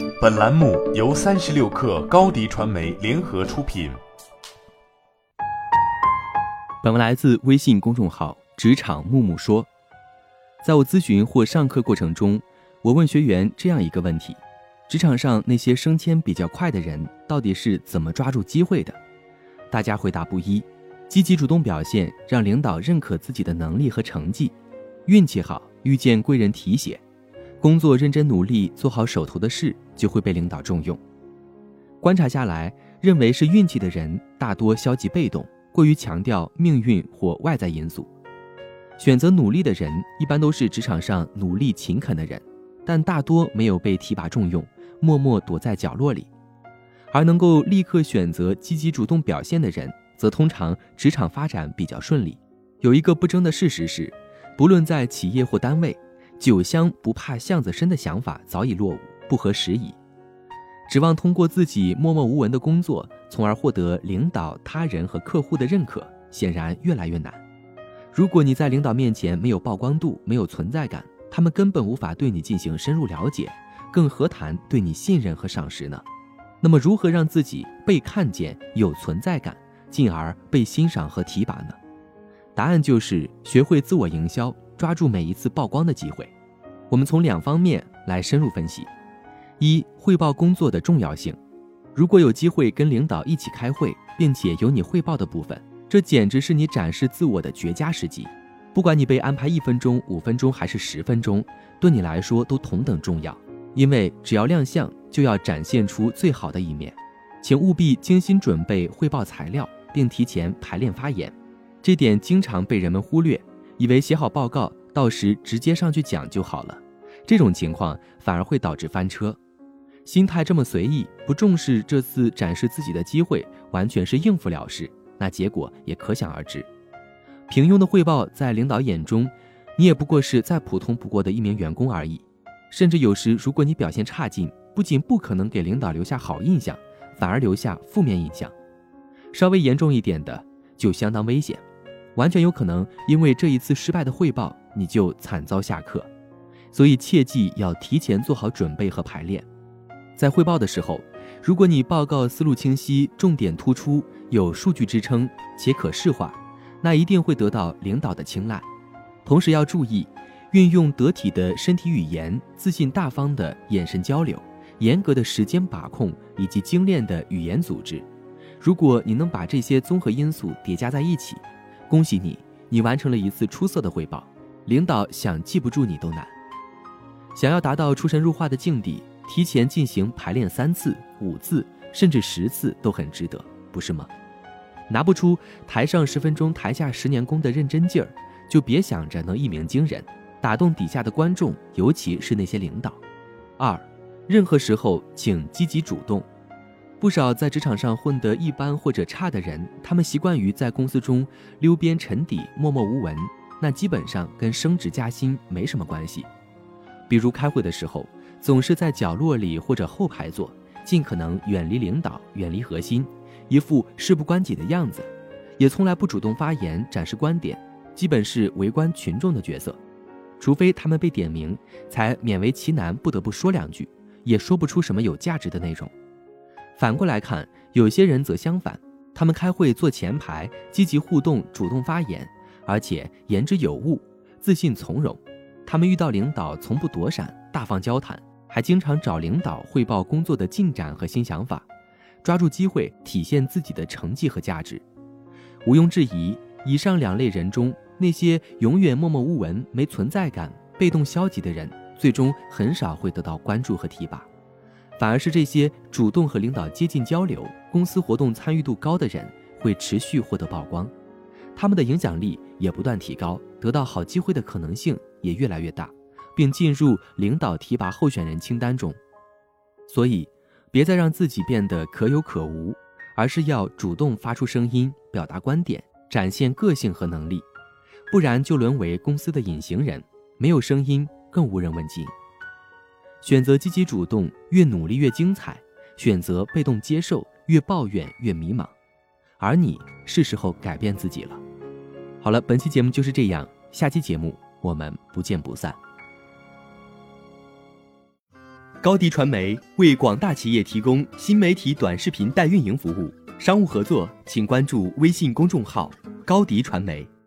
本栏目由36氪高迪传媒联合出品。 本文来自微信公众号职场木木说。在我咨询或上课过程中，我问学员这样一个问题：职场上那些升迁比较快的人到底是怎么抓住机会的？大家回答不一。积极主动表现，让领导认可自己的能力和成绩；运气好，遇见贵人提携；工作认真努力，做好手头的事，就会被领导重用。观察下来，认为是运气的人大多消极被动，过于强调命运或外在因素。选择努力的人一般都是职场上努力勤恳的人，但大多没有被提拔重用，默默躲在角落里。而能够立刻选择积极主动表现的人，则通常职场发展比较顺利。有一个不争的事实是，不论在企业或单位，酒香不怕巷子深的想法早已落伍，不合时宜。指望通过自己默默无闻的工作，从而获得领导、他人和客户的认可，显然越来越难。如果你在领导面前没有曝光度，没有存在感，他们根本无法对你进行深入了解，更何谈对你信任和赏识呢？那么如何让自己被看见、有存在感，进而被欣赏和提拔呢？答案就是学会自我营销，抓住每一次曝光的机会。我们从2方面来深入分析。一、汇报工作的重要性。如果有机会跟领导一起开会，并且有你汇报的部分，这简直是你展示自我的绝佳时机。不管你被安排1分钟、5分钟还是10分钟，对你来说都同等重要，因为只要亮相，就要展现出最好的一面。请务必精心准备汇报材料，并提前排练发言。这点经常被人们忽略，以为写好报告到时直接上去讲就好了。这种情况反而会导致翻车。心态这么随意，不重视这次展示自己的机会，完全是应付了事，那结果也可想而知。平庸的汇报在领导眼中，你也不过是再普通不过的一名员工而已。甚至有时如果你表现差劲，不仅不可能给领导留下好印象，反而留下负面印象。稍微严重一点的就相当危险，完全有可能因为这一次失败的汇报，你就惨遭下课。所以切记要提前做好准备和排练。在汇报的时候，如果你报告思路清晰，重点突出，有数据支撑且可视化，那一定会得到领导的青睐。同时要注意运用得体的身体语言，自信大方的眼神交流，严格的时间把控以及精炼的语言组织。如果你能把这些综合因素叠加在一起，恭喜你，你完成了一次出色的汇报，领导想记不住你都难。想要达到出神入化的境地，提前进行排练3次、5次甚至10次都很值得，不是吗？拿不出台上10分钟台下10年功的认真劲儿，就别想着能一鸣惊人，打动底下的观众，尤其是那些领导。2、任何时候请积极主动。不少在职场上混得一般或者差的人，他们习惯于在公司中溜边沉底，默默无闻，那基本上跟升职加薪没什么关系。比如开会的时候，总是在角落里或者后排坐，尽可能远离领导，远离核心，一副事不关己的样子，也从来不主动发言展示观点，基本是围观群众的角色。除非他们被点名，才勉为其难不得不说2句，也说不出什么有价值的内容。反过来看，有些人则相反，他们开会坐前排，积极互动，主动发言，而且言之有物，自信从容。他们遇到领导从不躲闪，大方交谈，还经常找领导汇报工作的进展和新想法，抓住机会体现自己的成绩和价值。毋庸置疑，以上2类人中，那些永远默默无闻、没存在感、被动消极的人，最终很少会得到关注和提拔。反而是这些主动和领导接近交流、公司活动参与度高的人，会持续获得曝光，他们的影响力也不断提高，得到好机会的可能性也越来越大，并进入领导提拔候选人清单中。所以，别再让自己变得可有可无，而是要主动发出声音，表达观点，展现个性和能力，不然就沦为公司的隐形人，没有声音，更无人问津。选择积极主动，越努力越精彩；选择被动接受，越抱怨越迷茫。而你是时候改变自己了。好了，本期节目就是这样，下期节目我们不见不散。 高迪传媒为广大企业提供新媒体短视频代运营服务，商务合作请关注微信公众号高迪传媒。